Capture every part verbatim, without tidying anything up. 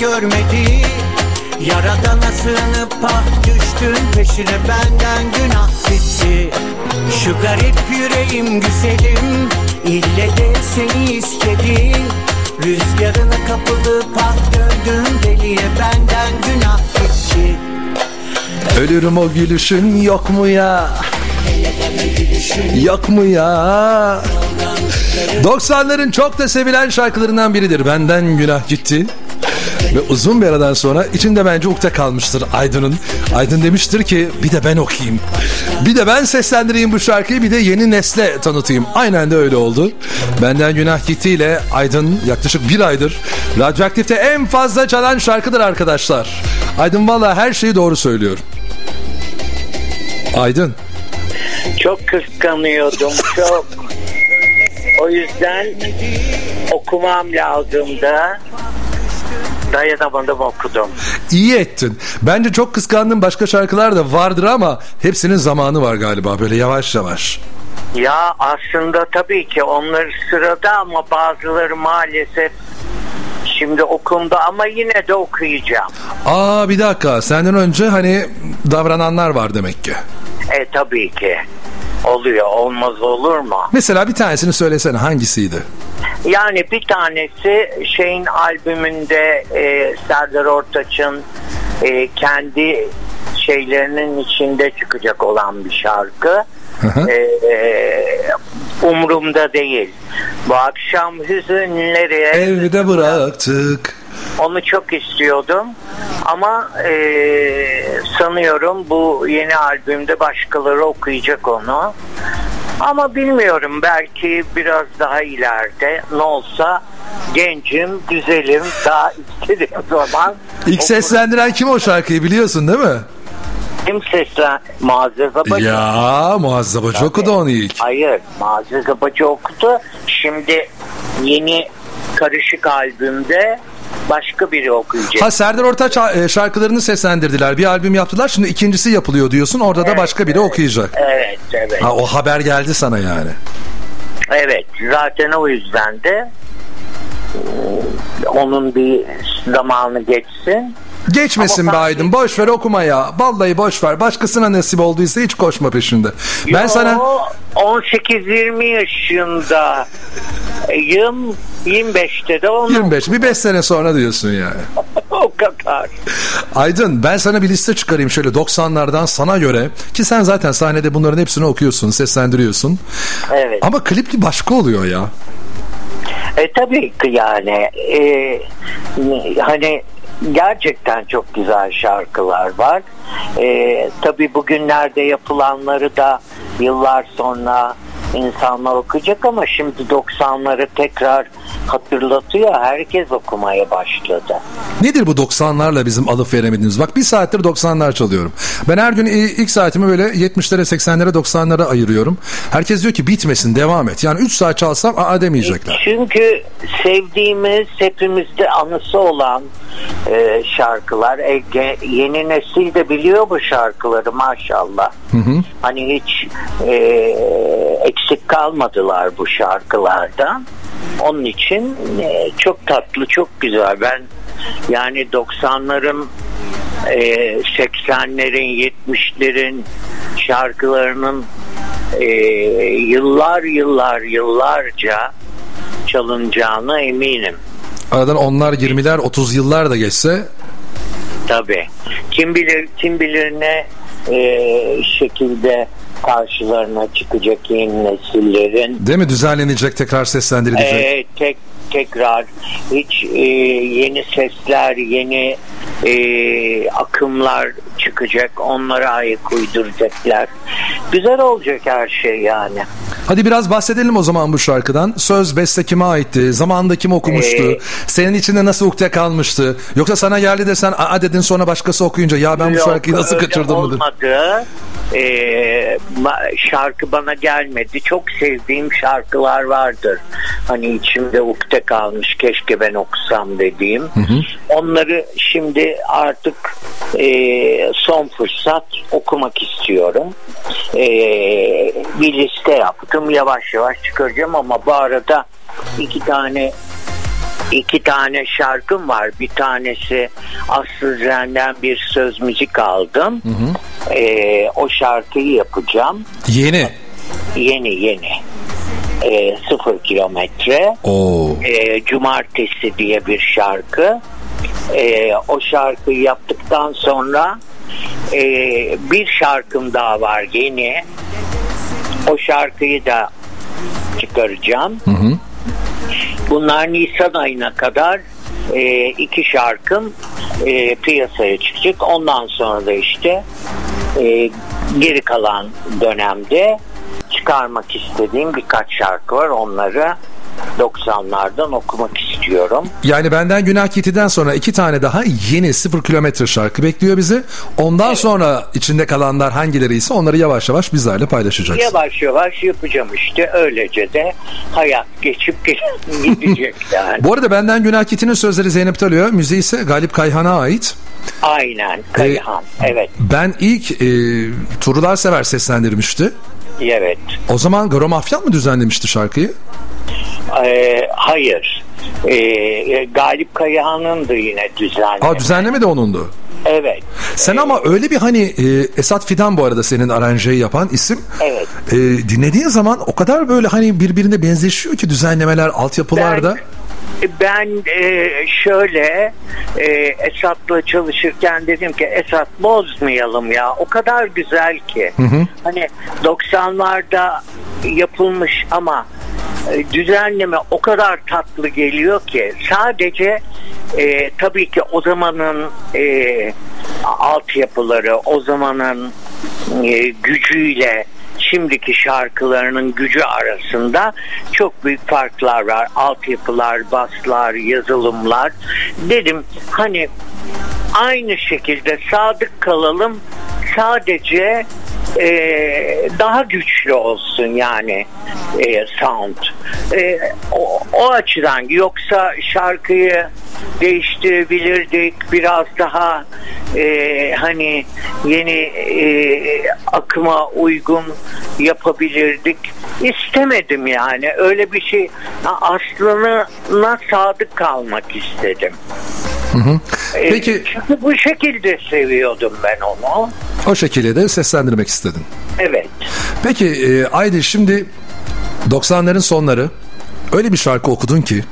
görmedi. Yaradana sığınıp ah düştün peşine, benden günah gitti. Şu garip yüreğim güzelim, ille de seni istedi. Rüzgarına kapılıp ah döndüm deliye, benden günah gitti. Ölürüm o gülüşün yok mu ya? Yok mu ya? doksanların çok da sevilen şarkılarından biridir. Benden günah gitti. Ve uzun bir aradan sonra içinde bence ukde kalmıştır Aydın'ın. Aydın demiştir ki bir de ben okuyayım. Bir de ben seslendireyim bu şarkıyı, bir de yeni nesle tanıtayım. Aynen de öyle oldu. Benden günah gittiyle Aydın yaklaşık bir aydır Radyoaktif'te en fazla çalan şarkıdır arkadaşlar. Aydın valla her şeyi doğru söylüyor. Aydın. Çok kıskanıyordum çok. O yüzden okumam lazımdı. Dayanamadım, okudum. İyi ettin. Bence çok kıskandığım başka şarkılar da vardır ama hepsinin zamanı var galiba, böyle yavaş yavaş. Ya aslında tabii ki onlar sırada ama bazıları maalesef şimdi okundu ama yine de okuyacağım. Aa bir dakika, senden önce hani davrananlar var demek ki. E tabii ki. Oluyor, olmaz olur mu? Mesela bir tanesini söylesene, hangisiydi? Yani bir tanesi şeyin albümünde e, Serdar Ortaç'ın e, kendi şeylerinin içinde çıkacak olan bir şarkı. e, e, umurumda değil. Bu akşam hüzünleri evde bıraktık. Onu çok istiyordum ama e, sanıyorum bu yeni albümde başkaları okuyacak onu. Ama bilmiyorum, belki biraz daha ileride, ne olsa gencim, güzelim, daha istediğim zaman. İlk seslendiren kim o şarkıyı biliyorsun değil mi? Kim seslen? Muazzez Abacı. Ya Muazzez Abacı okudu onu ilk. Hayır, Muazzez Abacı okudu. Şimdi yeni karışık albümde başka biri okuyacak. Ha, Serdar Ortaç şarkılarını seslendirdiler. Bir albüm yaptılar. Şimdi ikincisi yapılıyor diyorsun. Orada evet, da başka biri evet, okuyacak. Evet, evet. Ha, o haber geldi sana yani. Evet, zaten o yüzden de onun bir zamanı geçsin. Geçmesin ama be Aydın. Boş ver okuma ya. Vallahi boş ver. Başkasına nasip olduysa hiç koşma peşinde. Yo, ben sana on sekiz yirmi yaşındayım. yirmi beşte de onu. yirmi beş bir beş sene sonra diyorsun yani. O kadar. Aydın, ben sana bir liste çıkarayım şöyle doksanlardan sana göre, ki sen zaten sahnede bunların hepsini okuyorsun, seslendiriyorsun. Evet. Ama klipli başka oluyor ya. E tabii ki yani e, hani gerçekten çok güzel şarkılar var. E, tabii bugünlerde yapılanları da yıllar sonra insanlar okuyacak ama şimdi doksanları tekrar hatırlatıyor. Herkes okumaya başladı. Nedir bu doksanlarla bizim alıp veremediğimiz? Bak bir saattir doksanlar çalıyorum. Ben her gün ilk saatimi böyle yetmişlere, seksenlere, doksanlara ayırıyorum. Herkes diyor ki bitmesin, devam et. Yani üç saat çalsam aa demeyecekler. Çünkü sevdiğimiz, hepimizde anısı olan e, şarkılar. E, yeni nesil de biliyor bu şarkıları maşallah. Hı hı. Hani hiç e, eksik kalmadılar bu şarkılardan. Onun için e, çok tatlı, çok güzel. Ben yani doksanların, e, seksenlerin, yetmişlerin şarkılarının e, yıllar yıllar yıllarca çalınacağına eminim. Aradan onlar yirmiler, otuz yıllar da geçse. Tabii. Kim bilir, kim bilir ne e, şekilde karşılarına çıkacak yeni nesillerin. Değil mi? Düzenlenecek, tekrar seslendirilecek. E, tek tekrar hiç e, yeni sesler, yeni e, akımlar çıkacak. Onlara ayak uyduracaklar. Güzel olacak her şey yani. Hadi biraz bahsedelim o zaman bu şarkıdan. Söz, beste kime aitti? Zamanında kim okumuştu? Ee, Senin içinde nasıl ukde kalmıştı? Yoksa sana geldi de sen aa dedin, sonra başkası okuyunca ya ben bu yok, şarkıyı nasıl kaçırdım mıdır? Olmadı. Ee, şarkı bana gelmedi. Çok sevdiğim şarkılar vardır. Hani içimde ukde kalmış, keşke ben okusam dediğim. Hı hı. Onları şimdi artık e, son fırsat okumak istiyorum. E, bir liste yaptım. Yavaş yavaş çıkaracağım ama bu arada iki tane iki tane şarkım var. Bir tanesi Aslı Zen'den bir söz müzik aldım. Hı hı. Ee, o şarkıyı yapacağım. Yeni. Yeni yeni. Ee, sıfır kilometre. Oo. Ee, Cumartesi diye bir şarkı. Ee, o şarkıyı yaptıktan sonra e, bir şarkım daha var yeni. O şarkıyı da çıkaracağım. Hı hı. Bunlar Nisan ayına kadar e, iki şarkım e, piyasaya çıkacak. Ondan sonra da işte e, geri kalan dönemde çıkarmak istediğim birkaç şarkı var. Onları doksanlardan okumak istiyorum. Yani Benden Günah Gitti'den sonra iki tane daha yeni sıfır kilometre şarkı bekliyor bizi. Ondan evet. sonra içinde kalanlar hangileri ise onları yavaş yavaş bizlerle paylaşacaksın. Yavaş yavaş yapacağım işte. Öylece de hayat geçip gidecek yani. Bu arada Benden Günah Gitti'nin sözleri Zeynep Talıyor, müziği ise Galip Kayhan'a ait. Aynen Kayhan. Ee, evet. Ben ilk e, Turular Sever seslendirmişti. Evet. O zaman Garo Mafyan mı düzenlemişti şarkıyı? Ee, hayır. Ee, Galip Kayhan'ın da yine düzenleme. Aa, düzenleme de onundu. Evet. Sen ee, ama öyle bir hani e, Esat Fidan bu arada senin aranjeyi yapan isim. Evet. E, dinlediğin zaman o kadar böyle hani birbirine benzeşiyor ki düzenlemeler, altyapılarda. Ben, ben e, şöyle e, Esat'la çalışırken dedim ki Esat bozmayalım ya. O kadar güzel ki. Hı hı. Hani doksanlarda yapılmış ama düzenleme o kadar tatlı geliyor ki sadece e, tabii ki o zamanın e, altyapıları, o zamanın e, gücüyle şimdiki şarkılarının gücü arasında çok büyük farklar var. Altyapılar, baslar, yazılımlar. Dedim hani aynı şekilde sadık kalalım. Sadece Ee, daha güçlü olsun yani e, sound. E, o, o açıdan yoksa şarkıyı değiştirebilirdik, biraz daha e, hani yeni e, akıma uygun yapabilirdik. İstemedim yani öyle bir şey. Aslına sadık kalmak istedim. Hı hı. Peki. E, çünkü bu şekilde seviyordum ben onu. O şekilde de seslendirmek istedin. Evet. Peki e, Aydın, şimdi doksanların sonları öyle bir şarkı okudun ki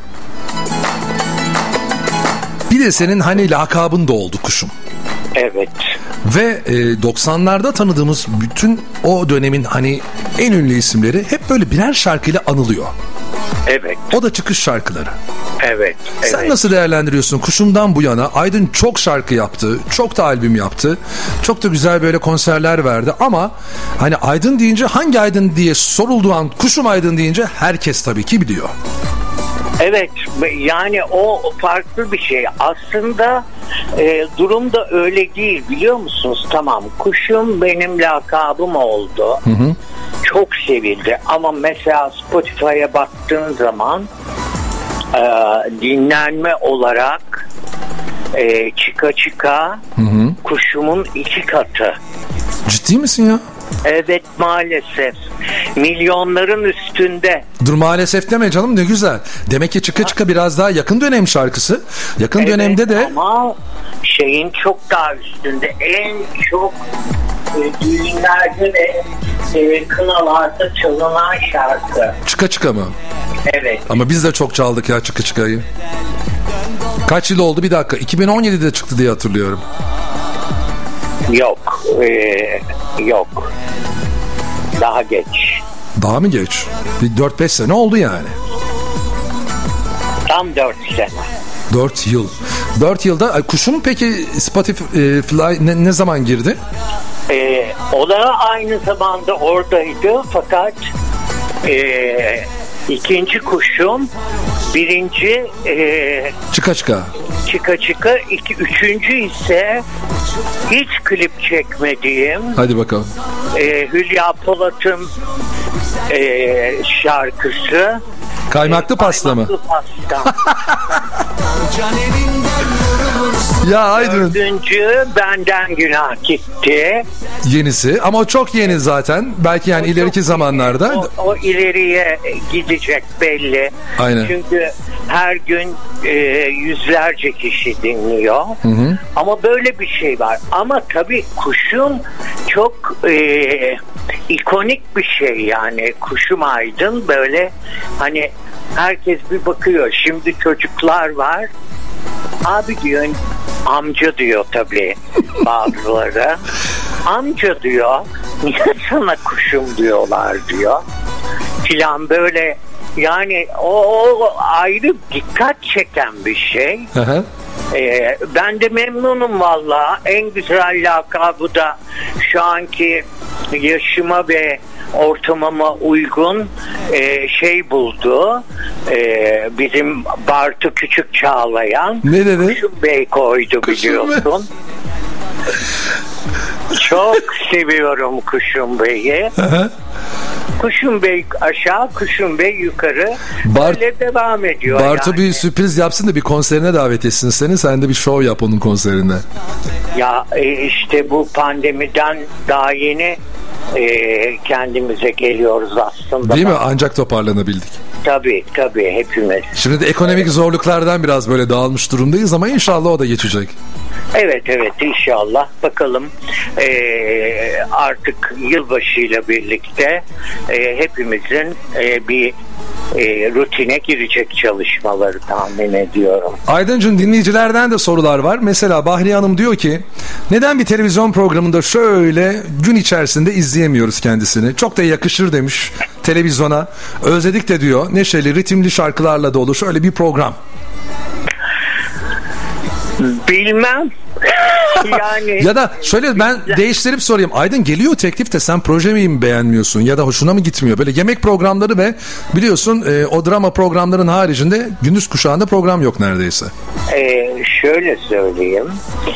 bir de senin hani lakabın da oldu Kuşum. Evet. Ve e, doksanlarda tanıdığımız bütün o dönemin hani en ünlü isimleri hep böyle birer şarkıyla anılıyor. Evet. O da çıkış şarkıları. Evet, evet. Sen nasıl değerlendiriyorsun? Kuşum'dan bu yana Aydın çok şarkı yaptı, çok da albüm yaptı, çok da güzel böyle konserler verdi ama hani Aydın deyince hangi Aydın diye sorulduğu an Kuşum Aydın deyince herkes tabii ki biliyor. Evet, yani o farklı bir şey. Aslında e, durum da öyle değil, biliyor musunuz? Tamam, Kuşum benim lakabım oldu. Hı hı. Çok sevildi ama mesela Spotify'a baktığın zaman e, dinlenme olarak e, çıka çıka hı hı. Kuşum'un iki katı. Ciddi misin ya? Evet, maalesef. Milyonların üstünde. Dur maalesef deme canım, ne güzel. Demek ki çıka çıka biraz daha yakın dönem şarkısı. Yakın evet, dönemde de. Ama şeyin çok daha üstünde. En çok e, düğünlerde ve e, kınalarda çalınan şarkı. Çıka çıka mı? Evet. Ama biz de çok çaldık ya çıka çıkayı. Kaç yıl oldu, bir dakika. iki bin on yedide çıktı diye hatırlıyorum. Yok. E, yok. Daha geç. Daha mı geç? Bir dört beş sene oldu yani. Tam dört sene. dört yıl. dört yılda Kuşum peki Spotify ne, ne zaman girdi? Ee, o da aynı zamanda oradaydı fakat e, ikinci Kuşum, birinci e, çıka çıka. Çıka çıka, iki, üçüncü ise hiç klip çekmediğim. Hadi bakalım. E, Hülya Polat'ın e, şarkısı. Kaymaklı pasta mı? Kaymaklı pasta. Ya Aydın. Dördüncü Benden Günah Gitti. Yenisi ama o çok yeni zaten. Belki yani o ileriki zamanlarda. O, o ileriye gidecek belli. Aynen. Çünkü her gün e, yüzlerce kişi dinliyor. Hı hı. Ama böyle bir şey var. Ama tabii Kuşum çok e, ikonik bir şey yani. Kuşum Aydın böyle hani herkes bir bakıyor. Şimdi çocuklar var. Abi diyor, amca diyor tabii bazıları. Amca diyor, niye sana kuşum diyorlar diyor. Filan böyle yani o, o ayrı dikkat çeken bir şey. Hı hı. Ee, ben de memnunum valla. En güzel lakabı da şu anki yaşıma ve ortamama uygun e, şey buldu. E, bizim Bartu Küçük Çağlayan. Ne dedi? Kuşum Bey koydu biliyorsun. Çok seviyorum Kuşum Bey'i. Kuşum Bey aşağı, Kuşum Bey yukarı. Bart, böyle devam ediyor. Bartu yani. Bir sürpriz yapsın da bir konserine davet etsin seni. Sen de bir şov yap onun konserinde. Ya e, işte bu pandemiden daha yeni e, kendimize geliyoruz aslında. Değil mi? Ancak toparlanabildik. Tabii tabii hepimiz. Şimdi de ekonomik evet. zorluklardan biraz böyle dağılmış durumdayız ama inşallah o da geçecek. Evet evet inşallah bakalım ee, artık yılbaşıyla birlikte e, hepimizin e, bir e, rutine girecek çalışmaları tahmin ediyorum. Aydıncığım dinleyicilerden de sorular var. Mesela Bahriye Hanım diyor ki neden bir televizyon programında şöyle gün içerisinde izleyemiyoruz kendisini? Çok da yakışır demiş televizyona. Özledik de diyor neşeli ritimli şarkılarla dolu şöyle bir program. Bilmem. Yani ya da şöyle ben değiştirip sorayım. Aydın geliyor teklif de sen projeyi mi beğenmiyorsun ya da hoşuna mı gitmiyor? Böyle yemek programları ve biliyorsun e, o drama programların haricinde gündüz kuşağında program yok neredeyse. Ee, şöyle söyleyeyim.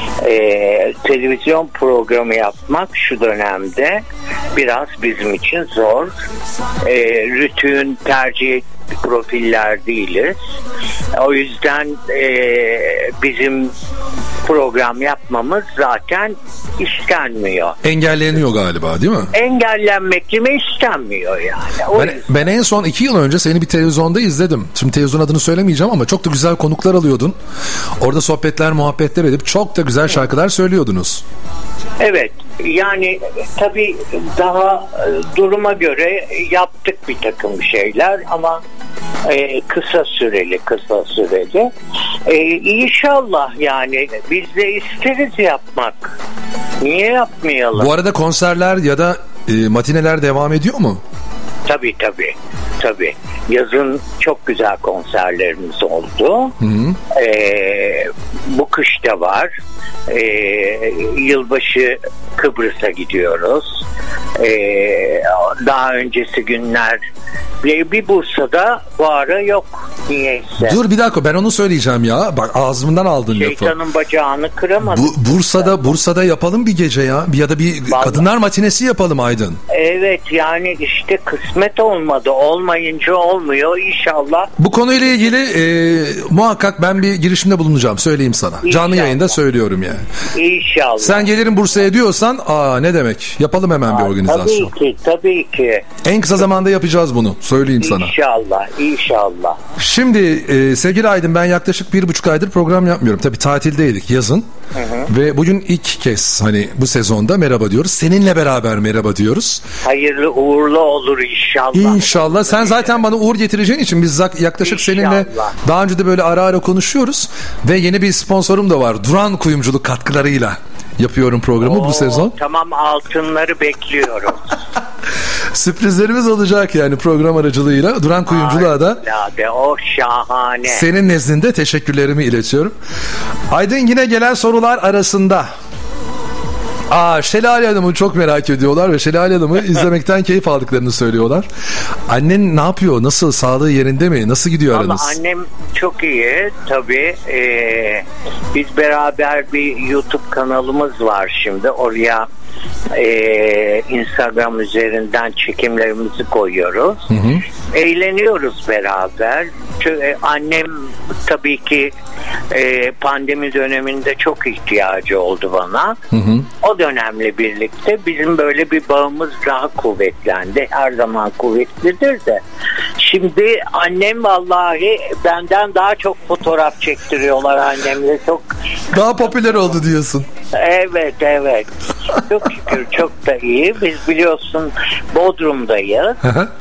Ee, televizyon programı yapmak şu dönemde biraz bizim için zor. Ee, rütün tercih profiller değiliz. O yüzden e, bizim program yapmamız zaten istenmiyor. Engelleniyor galiba değil mi? Engellenmek mi istenmiyor yani. O ben, ben en son iki yıl önce seni bir televizyonda izledim. Şimdi televizyon adını söylemeyeceğim ama çok da güzel konuklar alıyordun. Orada sohbetler, muhabbetler edip çok da güzel şarkılar söylüyordunuz. Evet. Yani tabii daha duruma göre yaptık bir takım şeyler ama e, kısa süreli kısa süreli. E, inşallah yani biz de isteriz yapmak. Niye yapmayalım? Bu arada konserler ya da e, matineler devam ediyor mu? Tabii tabii. Tabii. Yazın çok güzel konserlerimiz oldu. Hı hı. Ee, bu kış da var. Ee, yılbaşı Kıbrıs'a gidiyoruz. Ee, daha öncesi günler bir Bursa'da bu ara yok niyeyse. Dur bir dakika ben onu söyleyeceğim ya. Bak ağzımdan aldın lafı. Şeytanın bacağını kıramadık. Bu, Bursa'da Bursa'da yapalım bir gece ya. Ya da bir vallahi kadınlar matinesi yapalım Aydın. Evet yani işte kısmet olmadı. Olmayınca olmuyor inşallah. Bu konuyla ilgili e, muhakkak ben bir girişimde bulunacağım. Söyleyeyim sana. İnşallah. Canlı yayında söylüyorum yani. İnşallah. Sen gelirim Bursa'ya diyorsan aa ne demek? Yapalım hemen aa, bir organizasyon. Tabii ki tabii ki. En kısa zamanda yapacağız bunu. Söyleyeyim sana. İnşallah, inşallah. Şimdi e, sevgili Aydın ben yaklaşık bir buçuk aydır program yapmıyorum. Tabii tatildeydik yazın. Hı hı. Ve bugün ilk kez hani bu sezonda merhaba diyoruz. Seninle beraber merhaba diyoruz. Hayırlı uğurlu olur inşallah. İnşallah. Sen zaten bana uğur getireceğin için biz yaklaşık inşallah seninle daha önce de böyle ara ara konuşuyoruz. Ve yeni bir sponsorum da var. Duran Kuyumculuk katkılarıyla yapıyorum programı Oo, bu sezon. Tamam altınları bekliyoruz. Sürprizlerimiz olacak yani program aracılığıyla. Duran Kuyumculuğa da o şahane. Senin nezdinde teşekkürlerimi iletiyorum. Aydın yine gelen sorular arasında Aa, Şelale Hanım'ı çok merak ediyorlar ve Şelale Hanım'ı izlemekten keyif aldıklarını söylüyorlar. Annen ne yapıyor? Nasıl? Sağlığı yerinde mi? Nasıl gidiyor aranız? Ama annem çok iyi tabii. Ee, biz beraber bir YouTube kanalımız var şimdi. Oraya e, Instagram üzerinden çekimlerimizi koyuyoruz. Hı hı. Eğleniyoruz beraber. Annem tabii ki e, pandemi döneminde çok ihtiyacı oldu bana. Hı hı. O dönemle birlikte bizim böyle bir bağımız daha kuvvetlendi. Her zaman kuvvetlidir de. Şimdi annem vallahi benden daha çok fotoğraf çektiriyorlar annemle. Çok daha popüler oldu diyorsun. Evet evet. Çok şükür çok da iyi. Biz biliyorsun Bodrum'dayız.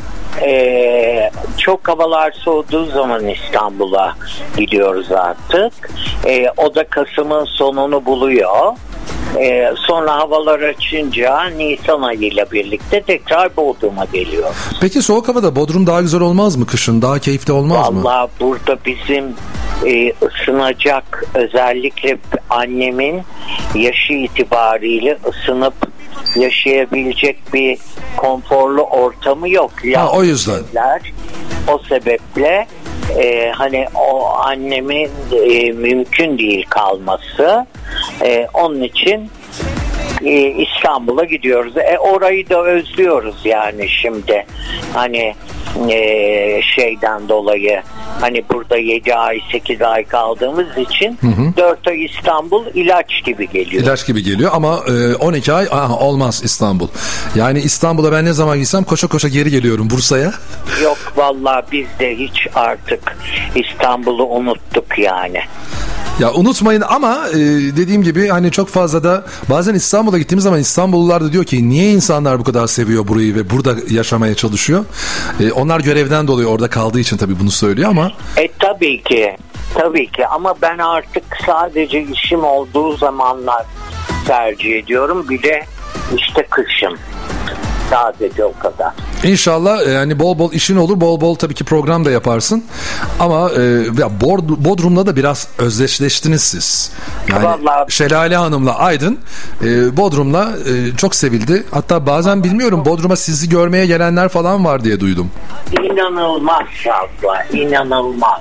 Ee, çok havalar soğuduğu zaman İstanbul'a gidiyoruz artık. Ee, o da Kasım'ın sonunu buluyor. Ee, sonra havalar açınca Nisan ayıyla birlikte tekrar Bodrum'a geliyoruz. Peki soğuk havada Bodrum daha güzel olmaz mı kışın? Daha keyifli olmaz Vallahi mı? Vallahi burada bizim e, ısınacak, özellikle annemin yaşı itibariyle ısınıp yaşayabilecek bir konforlu ortamı yok. Ha, o yüzden. O sebeple e, hani o annemin e, mümkün değil kalması. E, onun için e, İstanbul'a gidiyoruz. E, orayı da özlüyoruz yani şimdi. Hani e, şeyden dolayı hani burada yedi ay sekiz ay kaldığımız için hı hı. dört ay İstanbul ilaç gibi geliyor. İlaç gibi geliyor ama e, on iki ay aha, olmaz İstanbul. Yani İstanbul'a ben ne zaman gitsem koşa koşa geri geliyorum Bursa'ya. Yok vallahi biz de hiç artık İstanbul'u unuttuk yani. Ya unutmayın ama e, dediğim gibi hani çok fazla da bazen İstanbul'a gittiğimiz zaman İstanbullular da diyor ki niye insanlar bu kadar seviyor burayı ve burada yaşamaya çalışıyor. E, onlar görevden dolayı orada kaldığı için tabii bunu söylüyor ama. E tabii ki tabii ki ama ben artık sadece işim olduğu zamanlar tercih ediyorum. Bir de işte kışım. Sadece o kadar. İnşallah yani bol bol işin olur, bol bol tabii ki program da yaparsın. Ama e, ya Bodrum'la da biraz özdeşleştiniz siz. Yani vallahi... Şelale Hanım'la Aydın e, Bodrum'la e, çok sevildi. Hatta bazen bilmiyorum Bodrum'a sizi görmeye gelenler falan var diye duydum. İnanılmaz şartlar, inanılmaz.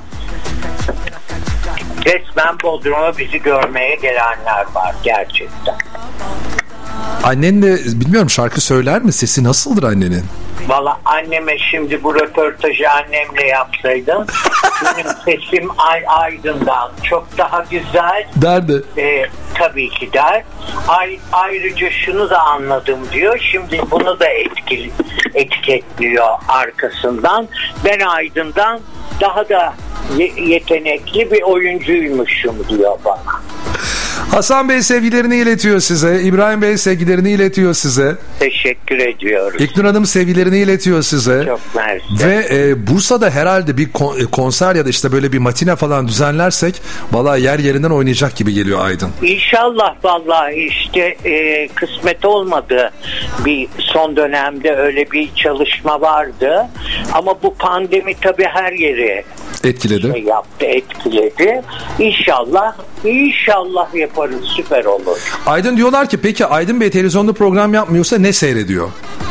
Resmen Bodrum'a bizi görmeye gelenler var gerçekten. Annen de bilmiyorum şarkı söyler mi? Sesi nasıldır annenin? Valla anneme şimdi bu röportajı annemle yapsaydım benim sesim Ay Aydın'dan çok daha güzel derdi. Ee, tabii ki der. Ay, ayrıca şunu da anladım diyor. Şimdi bunu da etkili, etiketliyor arkasından. Ben Aydın'dan daha da yetenekli bir oyuncuymuşum diyor bana. Hasan Bey sevgilerini iletiyor size. İbrahim Bey sevgilerini iletiyor size. Teşekkür ediyoruz. İknur Hanım sevgilerini iletiyor size. Çok mersi. Ve e, Bursa'da herhalde bir konser ya da işte böyle bir matine falan düzenlersek vallahi yer yerinden oynayacak gibi geliyor Aydın. İnşallah vallahi işte e, kısmet olmadı. Bir son dönemde öyle bir çalışma vardı. Ama bu pandemi tabii her yeri etkiledi. Şey yaptı, etkiledi. İnşallah, inşallah yaparız, süper olur. Aydın diyorlar ki peki Aydın Bey televizyonda program yapmıyorsa ne seyrediyor?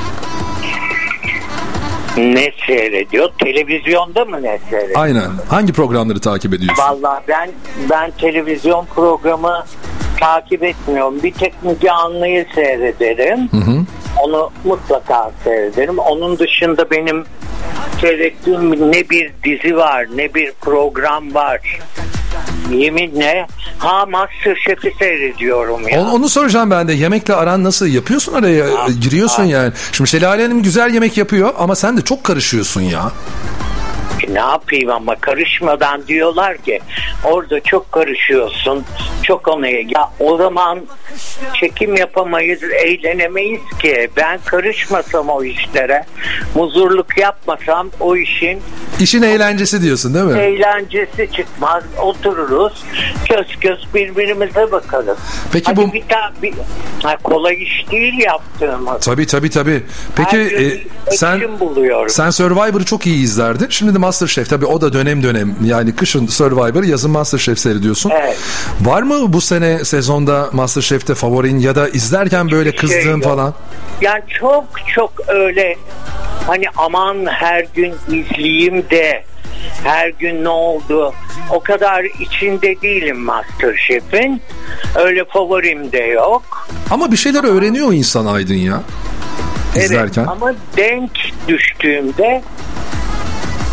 Ne seyrediyor? Televizyonda mı ne seyrediyor? Aynen. Hangi programları takip ediyorsun? Vallahi ben ben televizyon programı takip etmiyorum. Bir tek Müge Anlı'yı seyrederim. Hı hı. Onu mutlaka seyrederim. Onun dışında benim seyrettiğim ne bir dizi var, ne bir program var. Yeminle ha MasterChef'i seyrediyorum ya. Onu, onu soracağım ben de. Yemekle aran nasıl? Yapıyorsun araya, ha, giriyorsun ha. Yani. Şimdi Şelale Hanım güzel yemek yapıyor ama sen de çok karışıyorsun ya. Ne yapayım ama karışmadan diyorlar ki orada çok karışıyorsun, çok onaya. Ya o zaman çekim yapamayız, eğlenemeyiz ki. Ben karışmasam o işlere, muzurluk yapmasam o işin İşin eğlencesi diyorsun değil mi? Eğlencesi çıkmaz. Otururuz, köz köz birbirimize bakarız. Peki hadi bu bir daha bir ha, kolay iş değil yaptığımız. Tabii tabii tabii. Peki e, sen sen Survivor'ı çok iyi izlerdin. Şimdi de MasterChef tabii o da dönem dönem. Yani kışın Survivor, yazın MasterChef seyrediyorsun. Evet. Var mı bu sene sezonda MasterChef'te favorin ya da izlerken böyle kızdığın şey falan? Yani çok çok öyle hani aman her gün izleyeyim de her gün ne oldu o kadar içinde değilim MasterChef'in. Öyle favorim de yok. Ama bir şeyler öğreniyor insan Aydın ya. İzlerken. Evet ama denk düştüğümde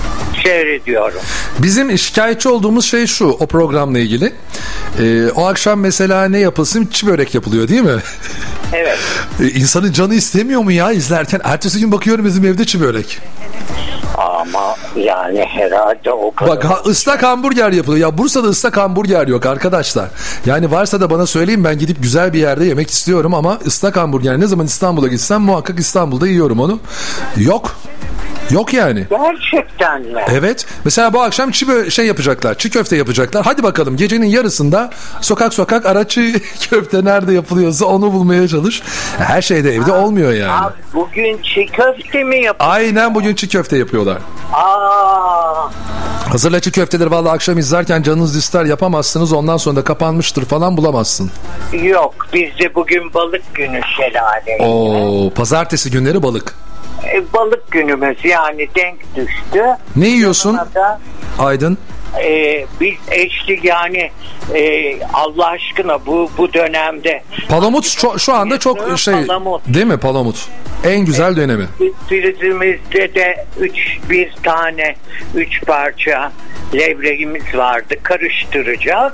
seyrediyorum. Bizim şikayetçi olduğumuz şey şu, o programla ilgili. Ee, o akşam mesela ne yapılsın? Çi börek yapılıyor değil mi? Evet. İnsanın canı istemiyor mu ya izlerken? Ertesi gün bakıyorum bizim evde çi börek. Ama yani herhalde o kadar. Bak ha, ıslak hamburger yapılıyor. Ya Bursa'da ıslak hamburger yok arkadaşlar. Yani varsa da bana söyleyin, ben gidip güzel bir yerde yemek istiyorum ama ıslak hamburger ne zaman İstanbul'a gitsem muhakkak İstanbul'da yiyorum onu. Yok. Yok yani. Gerçekten mi? Evet. Mesela bu akşam çi bö- şey yapacaklar. Çiğ köfte yapacaklar. Hadi bakalım gecenin yarısında sokak sokak ara çiğ köfte nerede yapılıyorsa onu bulmaya çalış. Her şey de evde olmuyor yani. Abi, bugün çiğ köfte mi yapıyor? Aynen, bugün çiğ köfte yapıyorlar. Aa. Hazırla çiğ köfteleri vallahi akşam izlerken canınız ister, yapamazsınız, ondan sonra da kapanmıştır falan, bulamazsın. Yok, bizde bugün balık günü şelale. Oo, pazartesi günleri balık. E, balık günümüz yani denk düştü. Ne yiyorsun da, Aydın? E, biz eşli yani e, Allah aşkına bu bu dönemde Palamut şu, şu anda çok şey palamut. Değil mi palamut? En güzel dönemi. Prizimizde de üç bir tane üç parça levreğimiz vardı, karıştıracağız.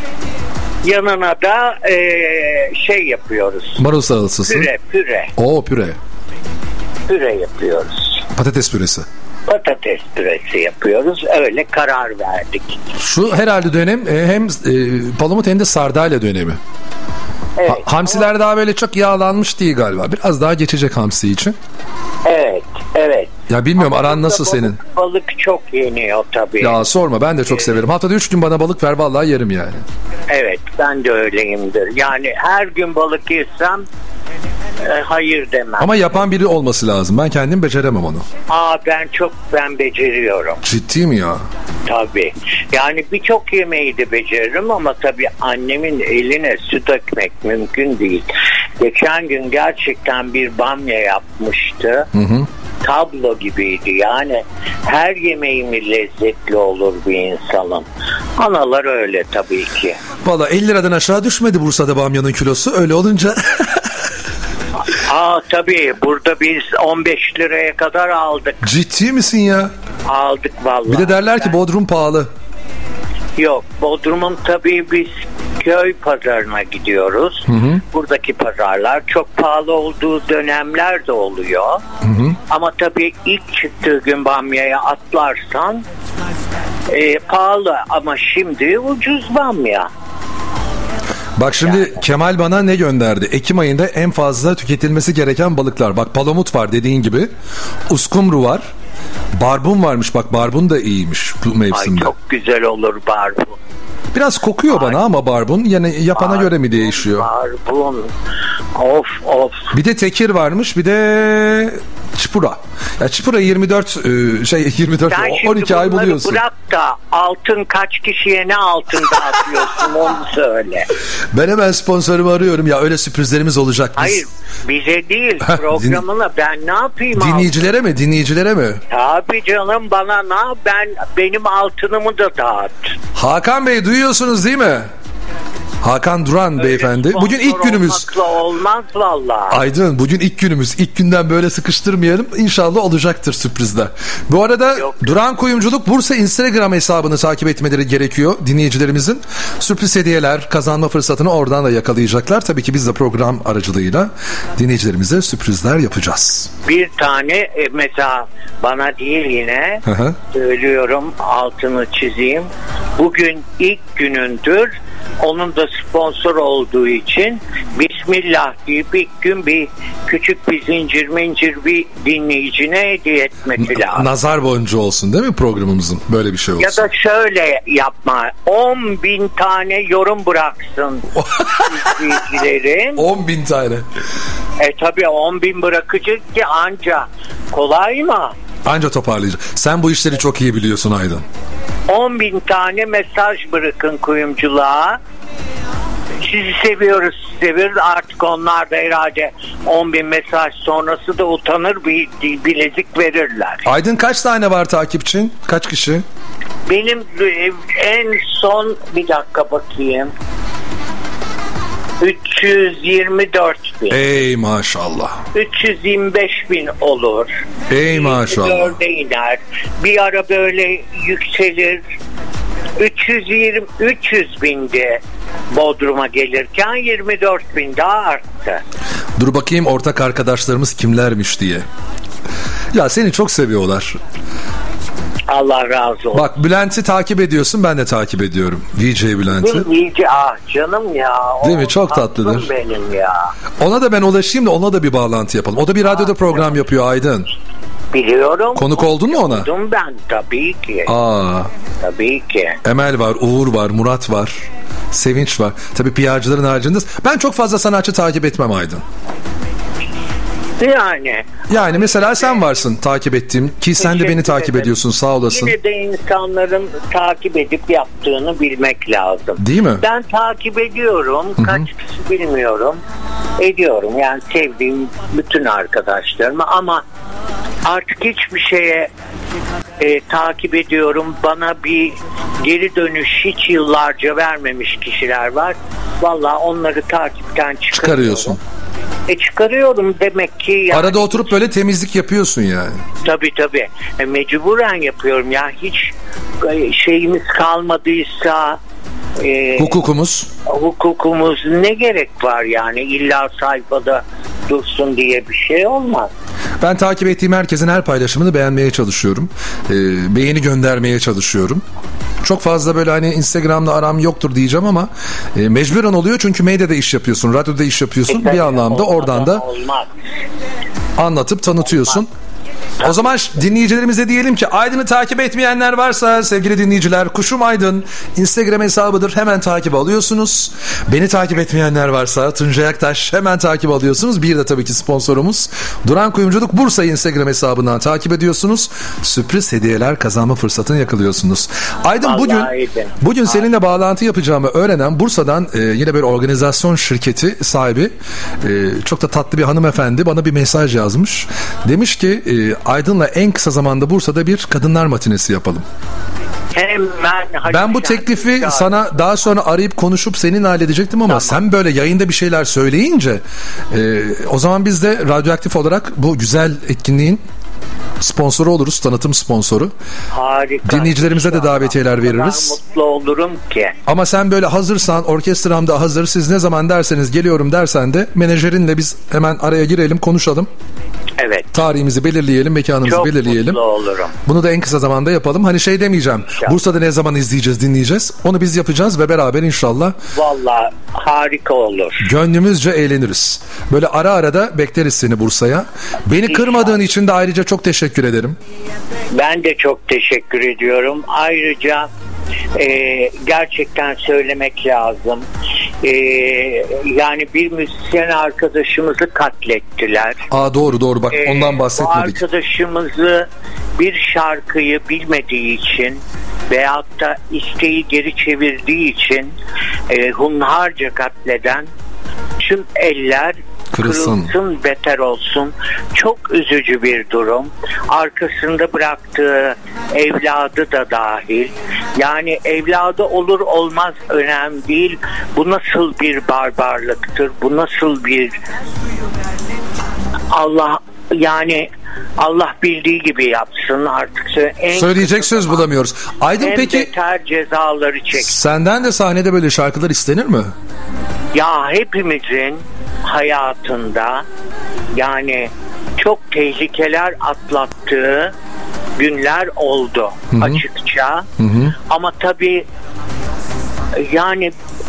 Yanına da e, şey yapıyoruz. Marul salatısı. Püre püre. Oo, püre. Püre yapıyoruz. Patates püresi. Patates püresi yapıyoruz. Öyle karar verdik. Şu herhalde dönem e, hem e, palamut hem de sardalya dönemi. Evet. Ha, hamsiler daha böyle çok yağlanmış değil galiba. Biraz daha geçecek hamsi için. Evet, evet. Ya bilmiyorum, aran nasıl balık, senin? Balık çok yeniyor tabii. Ya sorma, ben de çok Evet. severim. Haftada üç gün bana balık ver, vallahi yerim yani. Evet, ben de öyleyimdir. Yani her gün balık yesem e, hayır demem. Ama yapan biri olması lazım. Ben kendim beceremem onu. Aa, ben çok ben beceriyorum. Ciddi mi ya? Tabii. Yani birçok yemeği de beceririm ama tabii annemin eline su dökmek mümkün değil. Geçen gün gerçekten bir bamya yapmıştı. Hı hı. Tablo gibiydi. Yani her yemeğimi lezzetli olur bir insanın. Analar öyle tabii ki. Valla elli liradan aşağı düşmedi Bursa'da bamyanın kilosu. Öyle olunca... Aa, tabii burada biz on beş liraya kadar aldık. Ciddi misin ya? Aldık vallahi. Bir de derler ki Bodrum pahalı. Yok, Bodrum'un tabii biz köy pazarına gidiyoruz. Hı hı. Buradaki pazarlar çok pahalı olduğu dönemler de oluyor. Hı hı. Ama tabii ilk çıktığı gün bamyaya atlarsan e, pahalı ama şimdi ucuz bamya. Bak şimdi yani. Kemal bana ne gönderdi? Ekim ayında en fazla tüketilmesi gereken balıklar. Bak palamut var dediğin gibi. Uskumru var. Barbun varmış, bak barbun da iyiymiş bu mevsimde. Ay, çok güzel olur barbun. Biraz kokuyor Ay. bana ama barbun. Yani yapana barbun, göre mi değişiyor? Barbun. Of of. Bir de tekir varmış, bir de çipura. Ya çipura yirmi dört şey yirmi dört Sen on iki ay buluyorsun. Bırak da altın kaç kişiye ne altın dağıtıyorsun onu söyle. Ben hemen sponsorumu arıyorum ya, öyle sürprizlerimiz olacak. Biz... Hayır, bize değil programına. Ben ne yapayım? Dinleyicilere altın? mi? Dinleyicilere mi? Tabii canım, bana ne? Ben benim altınımı da dağıt. Hakan Bey, duyuyorsunuz değil mi? Hakan Duran öyle beyefendi. Bugün ilk günümüz. Olmaz vallahi. Aydın, bugün ilk günümüz. İlk günden böyle sıkıştırmayalım. İnşallah olacaktır sürprizler. Bu arada yok, Duran yok. Kuyumculuk Bursa Instagram hesabını takip etmeleri gerekiyor dinleyicilerimizin. Sürpriz hediyeler, kazanma fırsatını oradan da yakalayacaklar. Tabii ki biz de program aracılığıyla dinleyicilerimize sürprizler yapacağız. Bir tane e, mesela bana değil yine Hı-hı. söylüyorum, altını çizeyim. Bugün ilk günündür. Onun da sponsor olduğu için Bismillah deyip ilk gün bir küçük bir zincir mincir bir dinleyicine hediye etmesi lazım. Nazar boncuğu olsun değil mi programımızın? Böyle bir şey olsun. Ya da şöyle yapma. on bin tane yorum bıraksın izleyicilerin. on bin tane. E tabii on bin bırakacak ki anca. Kolay mı? Anca toparlayacak. Sen bu işleri çok iyi biliyorsun Aydın. on bin tane mesaj bırakın kuyumculuğa. Sizi seviyoruz, seviyoruz. Artık onlar da herhalde on bin mesaj sonrası da utanır, bir bilezik verirler. Aydın, kaç tane var takipçin? Kaç kişi? Benim en son bir dakika bakayım. üç yüz yirmi dört bin. Ey maşallah. üç yüz yirmi beş bin olur. Ey maşallah. dörde iner. Bir ara böyle yükselir. üç yüz yirmi üç yüz bindi Bodrum'a gelirken, yirmi dört bin daha arttı. Dur bakayım ortak arkadaşlarımız kimlermiş diye. Ya seni çok seviyorlar. Allah razı olsun. Bak Bülent'i takip ediyorsun, ben de takip ediyorum. V J Bülent'i. V J, ah canım ya. Değil mi? Çok tatlıdır. Benim ya. Ona da ben ulaşayım da ona da bir bağlantı yapalım. O da bir radyoda program yapıyor Aydın. Biliyorum. Konuk oldun mu ona? Oldum ben tabii ki. Aa. Tabii ki. Emel var, Uğur var, Murat var, Sevinç var. Tabii P R'cıların haricinde. Ben çok fazla sanatçı takip etmem Aydın. Yani. Yani mesela sen varsın takip ettiğim ki sen de beni takip ediyorsun, sağ olasın. Yine de insanların takip edip yaptığını bilmek lazım. Değil mi? Ben takip ediyorum. Hı-hı. Kaç kişi bilmiyorum. Ediyorum yani sevdiğim bütün arkadaşlarımı ama artık hiçbir şeye e, takip ediyorum. Bana bir geri dönüş hiç yıllarca vermemiş kişiler var. Vallahi onları takipten çıkarıyorsun. E çıkarıyorum demek ki. Yani arada oturup böyle temizlik yapıyorsun yani. Tabii tabii. E, mecburen yapıyorum ya. Hiç e, şeyimiz kalmadıysa e, hukukumuz. Hukukumuz ne gerek var yani? İlla sayfada dursun diye bir şey olmaz. Ben takip ettiğim herkesin her paylaşımını beğenmeye çalışıyorum. E, beğeni göndermeye çalışıyorum. Çok fazla böyle hani Instagram'da aram yoktur diyeceğim ama e, mecburen oluyor çünkü medyada iş yapıyorsun, radyoda iş yapıyorsun. E, bir anlamda oradan da olmaz. Anlatıp tanıtıyorsun. Olmaz. O zaman dinleyicilerimize diyelim ki Aydın'ı takip etmeyenler varsa sevgili dinleyiciler, Kuşum Aydın Instagram hesabıdır, hemen takip alıyorsunuz. Beni takip etmeyenler varsa Tuncay Aktaş, hemen takip alıyorsunuz. Bir de tabii ki sponsorumuz Duran Kuyumculuk Bursa Instagram hesabından takip ediyorsunuz. Sürpriz hediyeler kazanma fırsatını yakalıyorsunuz. Aydın vallahi bugün iyiydin. Bugün seninle bağlantı yapacağımı öğrenen Bursa'dan e, yine böyle organizasyon şirketi sahibi e, çok da tatlı bir hanımefendi bana bir mesaj yazmış. Demiş ki e, Aydın'la en kısa zamanda Bursa'da bir kadınlar matinesi yapalım. Hemen, ben bu teklifi sana daha sonra arayıp konuşup seninle halledecektim ama tamam. Sen böyle yayında bir şeyler söyleyince e, o zaman biz de radyoaktif olarak bu güzel etkinliğin sponsoru oluruz, tanıtım sponsoru. Harika. Dinleyicilerimize de davetiyeler veririz. Ben mutlu olurum ki. Ama sen böyle hazırsan, orkestram da hazır, siz ne zaman derseniz geliyorum dersen de menajerinle biz hemen araya girelim, konuşalım. Evet. Tarihimizi belirleyelim, mekanımızı çok belirleyelim. Çok mutlu olurum. Bunu da en kısa zamanda yapalım. Hani şey demeyeceğim, İnşallah. Bursa'da ne zaman izleyeceğiz, dinleyeceğiz. Onu biz yapacağız ve beraber inşallah. Vallahi harika olur. Gönlümüzce eğleniriz. Böyle ara ara da bekleriz seni Bursa'ya. Beni İnşallah. Kırmadığın için de ayrıca çok teşekkür ederim. Ben de çok teşekkür ediyorum. Ayrıca e, gerçekten söylemek lazım. E, yani bir müzisyen arkadaşımızı katlettiler. Aa doğru doğru bak ondan bahsetmedik. E, bu arkadaşımızı bir şarkıyı bilmediği için veyahut da isteği geri çevirdiği için e, hunharca katleden tüm eller kırılsın. kırılsın, beter olsun. Çok üzücü bir durum. Arkasında bıraktığı evladı da dahil. Yani evladı olur olmaz önemli değil. Bu nasıl bir barbarlıktır? Bu nasıl bir Allah yani Allah bildiği gibi yapsın artık. En söyleyecek söz bulamıyoruz. Aydın en peki beter cezaları çek. Senden de sahnede böyle şarkılar istenir mi? Ya hepimizin hayatında yani çok tehlikeler atlattığı günler oldu. Hı-hı. Açıkça. Hı-hı. Ama tabii yani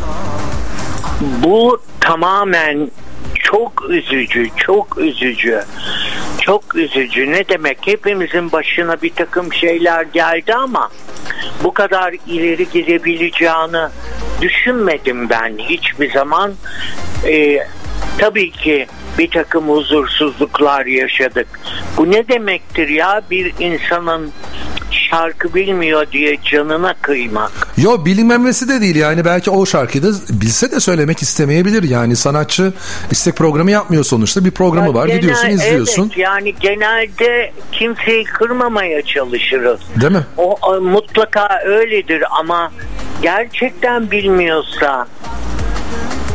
bu tamamen çok üzücü, çok üzücü. Çok üzücü. Ne demek? Hepimizin başına bir takım şeyler geldi ama bu kadar ileri gidebileceğini düşünmedim ben hiçbir zaman. Ee, tabii ki bir takım huzursuzluklar yaşadık. Bu ne demektir ya, bir insanın şarkı bilmiyor diye canına kıymak. Yo, bilinmemesi de değil yani, belki o şarkıyı da bilse de söylemek istemeyebilir yani. Sanatçı istek programı yapmıyor sonuçta, bir programı ya var, genel, gidiyorsun izliyorsun. Evet, yani genelde kimseyi kırmamaya çalışırız. Değil mi? O, o mutlaka öyledir ama gerçekten bilmiyorsa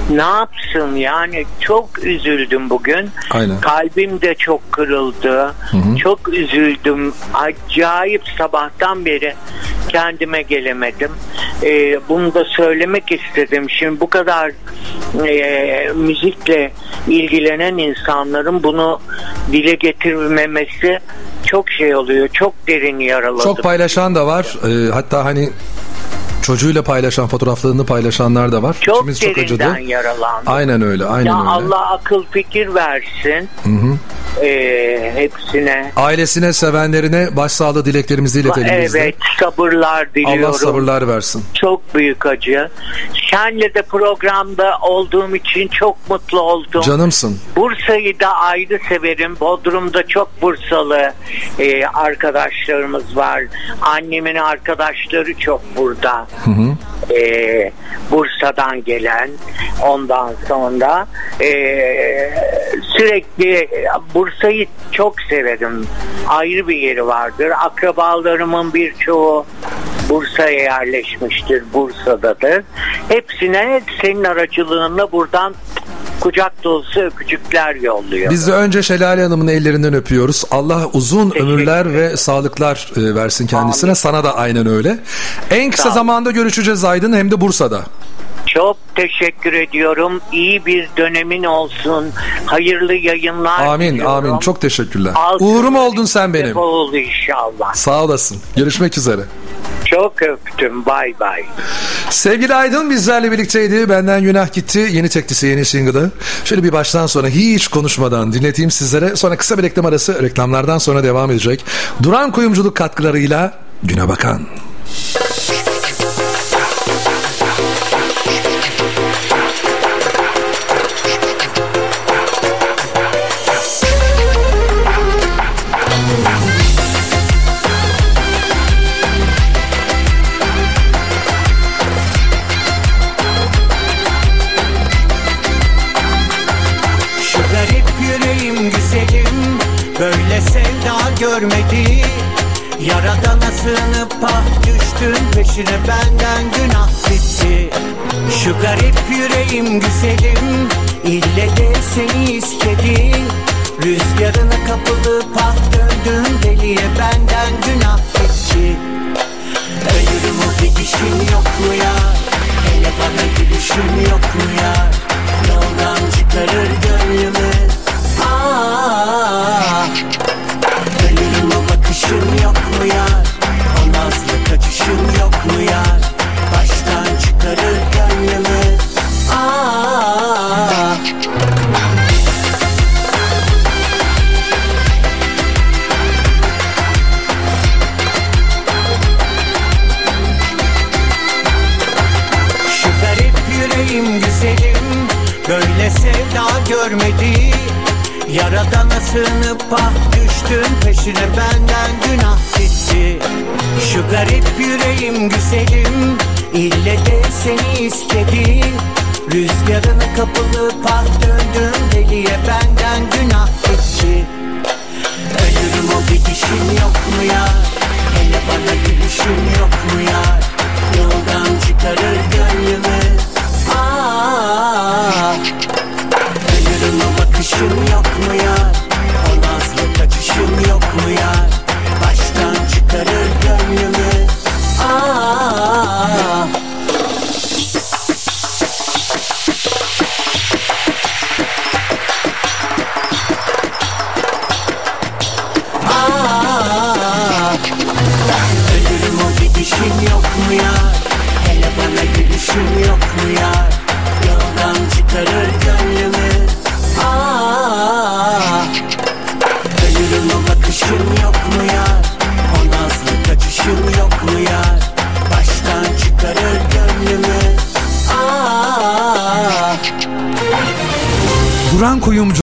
Ne yapsın yani, çok üzüldüm bugün. Aynen. Kalbim de çok kırıldı. Hı hı. Çok üzüldüm. Acayip, sabahtan beri kendime gelemedim. Ee, bunu da söylemek istedim. Şimdi bu kadar e, müzikle ilgilenen insanların bunu dile getirmemesi çok şey oluyor. Çok derin yaraladı. Çok paylaşan da var. Ee, hatta hani çocuğuyla paylaşan, fotoğraflarını paylaşanlar da var. Çok İçimiz çok derinden acıdı. yaralandı. Aynen öyle, aynen ya öyle. Allah akıl fikir versin. Hı hı. Ee, hepsine. Ailesine, sevenlerine başsağlığı dileklerimizi iletelim evet, biz de. Evet, sabırlar diliyorum. Allah sabırlar versin. Çok büyük acı. Senle de programda olduğum için çok mutlu oldum. Canımsın. Bursa'yı da ayrı severim. Bodrum'da çok Bursalı e, arkadaşlarımız var. Annemin arkadaşları çok burada. Hı hı. E, Bursa'dan gelen, ondan sonra e, sürekli Bursa'yı çok severim. Ayrı bir yeri vardır. Akrabalarımın birçoğu Bursa'ya yerleşmiştir, Bursa'dadır. Hepsine senin aracılığınla buradan kucak dolusu öpücükler yolluyor. Biz de önce Şelale Hanım'ın ellerinden öpüyoruz. Allah uzun teşekkür ömürler ederim. Ve sağlıklar versin kendisine. Amin. Sana da aynen öyle. En kısa zamanda görüşeceğiz Aydın, hem de Bursa'da. Çok teşekkür ediyorum. İyi bir dönemin olsun. Hayırlı yayınlar. Amin, diliyorum. Amin. Çok teşekkürler. Altın uğurum oldun sen benim. Oldu inşallah. Sağ olasın. Görüşmek üzere. Çok öptüm. Bay bay. Sevgili Aydın bizlerle birlikteydi. Benden günah gitti. Yeni teklisi, yeni single'ı. Şöyle bir baştan sonra hiç konuşmadan dinleteyim sizlere. Sonra kısa bir reklam arası. Reklamlardan sonra devam edecek. Duran Kuyumculuk katkılarıyla Güne Bakan. Böyle sevda görmedi. Yaradana sığınıp ah düştün peşine, benden günah gitti. Şu garip yüreğim güzelim, ille de seni istedi. Rüzgarına kapılıp ah döndüm deliye, benden günah gitti. Ölürüm o gidişin yok mu ya? Hele bana gülüşün yok mu ya? Yoldan çıkarır gönlümü. Aa, ölürüm o bakışın yok mu ya? O nazlı kaçışın yok mu ya? Baştan çıkarır gönlümü. Aa, şu garip yüreğim güzelim, böyle sevda görmedi. Yaradana sığınıp ah düştün peşine, benden günah gitti. Şu garip yüreğim güzelim, ille de seni istedi. Rüzgarına kapılıp ah döndüm deliye, benden günah gitti. Ölürüm o gidişin yok mu ya? Hele bana gülüşün yok mu ya? Yoldan çıkarır gönlümü. Aa, ölürüm o bakışın yok mu ya? O nazlı kaçışın yok mu ya? Baştan çıkarır gönlümü. Aa, aa, ölürüm o gidişin yok mu ya? Hele bana gülüşün yok mu ya? Yoldan çıkarır gönlümü.